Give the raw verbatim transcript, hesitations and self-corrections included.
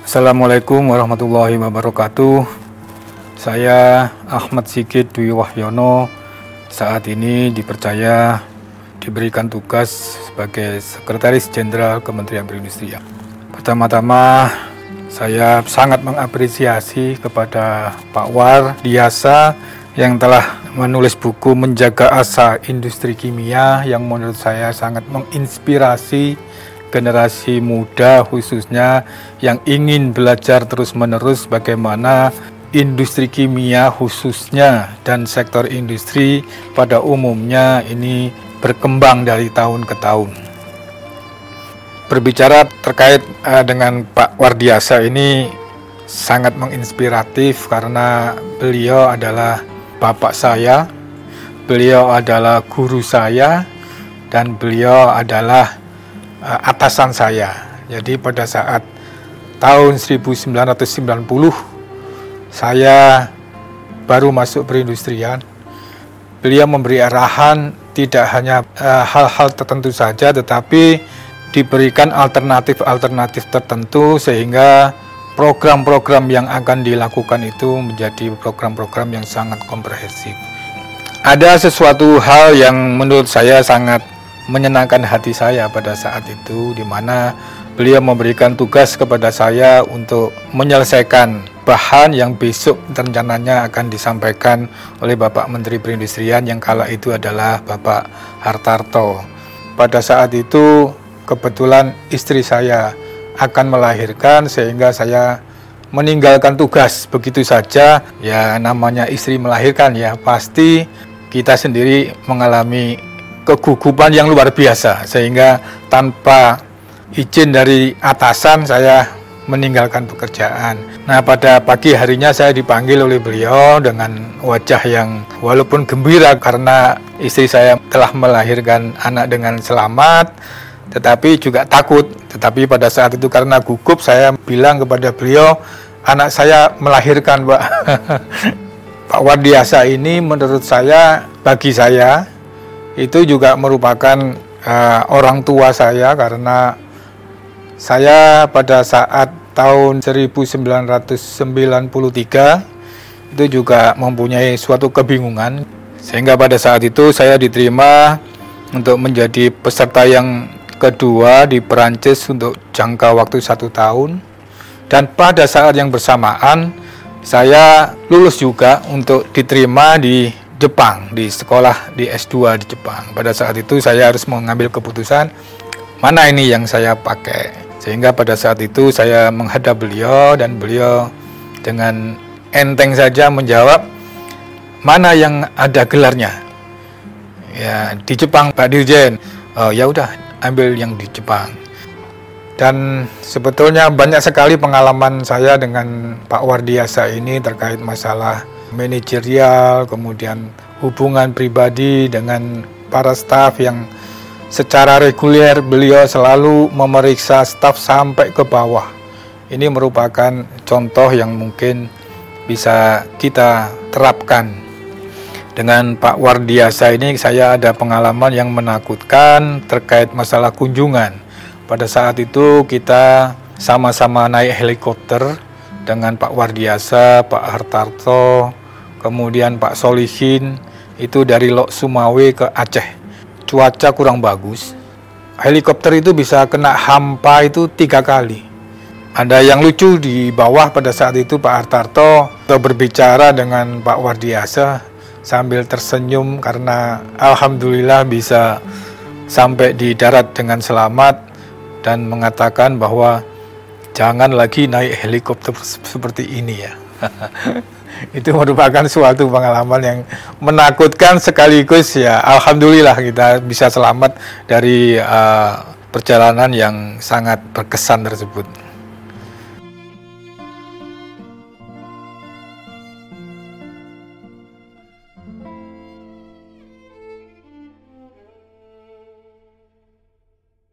Assalamualaikum warahmatullahi wabarakatuh. Saya Ahmad Sigit Dwi Wahyono saat ini dipercaya diberikan tugas sebagai Sekretaris Jenderal Kementerian Perindustrian. Pertama-tama saya sangat mengapresiasi kepada Pak Wardiasa yang telah menulis buku Menjaga Asa Industri Kimia yang menurut saya sangat menginspirasi generasi muda khususnya yang ingin belajar terus-menerus bagaimana industri kimia khususnya dan sektor industri pada umumnya ini berkembang dari tahun ke tahun. Berbicara terkait uh, dengan Pak Wardiasa ini sangat menginspiratif karena beliau adalah bapak saya, beliau adalah guru saya, dan beliau adalah uh, atasan saya. Jadi pada saat tahun seribu sembilan ratus sembilan puluh saya baru masuk perindustrian, beliau memberi arahan tidak hanya uh, hal-hal tertentu saja, tetapi diberikan alternatif-alternatif tertentu sehingga program-program yang akan dilakukan itu menjadi program-program yang sangat komprehensif. Ada sesuatu hal yang menurut saya sangat menyenangkan hati saya pada saat itu, di mana beliau memberikan tugas kepada saya untuk menyelesaikan bahan yang besok rencananya akan disampaikan oleh Bapak Menteri Perindustrian yang kala itu adalah Bapak Hartarto. Pada saat itu kebetulan istri saya akan melahirkan sehingga saya meninggalkan tugas begitu saja. Ya namanya istri melahirkan ya pasti kita sendiri mengalami kegugupan yang luar biasa sehingga tanpa izin dari atasan saya meninggalkan pekerjaan. Nah pada pagi harinya saya dipanggil oleh beliau dengan wajah yang walaupun gembira karena istri saya telah melahirkan anak dengan selamat, tetapi juga takut. Tetapi pada saat itu karena gugup saya bilang kepada beliau, anak saya melahirkan Pak. Pak Wardiasa ini menurut saya, bagi saya itu juga merupakan uh, orang tua saya karena saya pada saat tahun seribu sembilan ratus sembilan puluh tiga itu juga mempunyai suatu kebingungan sehingga pada saat itu saya diterima untuk menjadi peserta yang kedua di Perancis untuk jangka waktu satu tahun, dan pada saat yang bersamaan saya lulus juga untuk diterima di Jepang, di sekolah di S dua di Jepang. Pada saat itu saya harus mengambil keputusan mana ini yang saya pakai, sehingga pada saat itu saya menghadap beliau dan beliau dengan enteng saja menjawab mana yang ada gelarnya. Ya di Jepang Pak Dirjen. Oh ya udah, ambil yang di Jepang. Dan sebetulnya banyak sekali pengalaman saya dengan Pak Wardiasa ini terkait masalah manajerial, kemudian hubungan pribadi dengan para staf yang secara reguler beliau selalu memeriksa staf sampai ke bawah. Ini merupakan contoh yang mungkin bisa kita terapkan. Dengan Pak Wardiasa ini saya ada pengalaman yang menakutkan terkait masalah kunjungan. Pada saat itu kita sama-sama naik helikopter dengan Pak Wardiasa, Pak Hartarto, kemudian Pak Solihin, itu dari Lok Sumawe ke Aceh. Cuaca kurang bagus. Helikopter itu bisa kena hampa itu tiga kali. Ada yang lucu di bawah pada saat itu Pak Hartarto berbicara dengan Pak Wardiasa sambil tersenyum karena alhamdulillah bisa sampai di darat dengan selamat dan mengatakan bahwa jangan lagi naik helikopter seperti ini ya. Itu merupakan suatu pengalaman yang menakutkan sekaligus ya alhamdulillah kita bisa selamat dari uh, perjalanan yang sangat berkesan tersebut.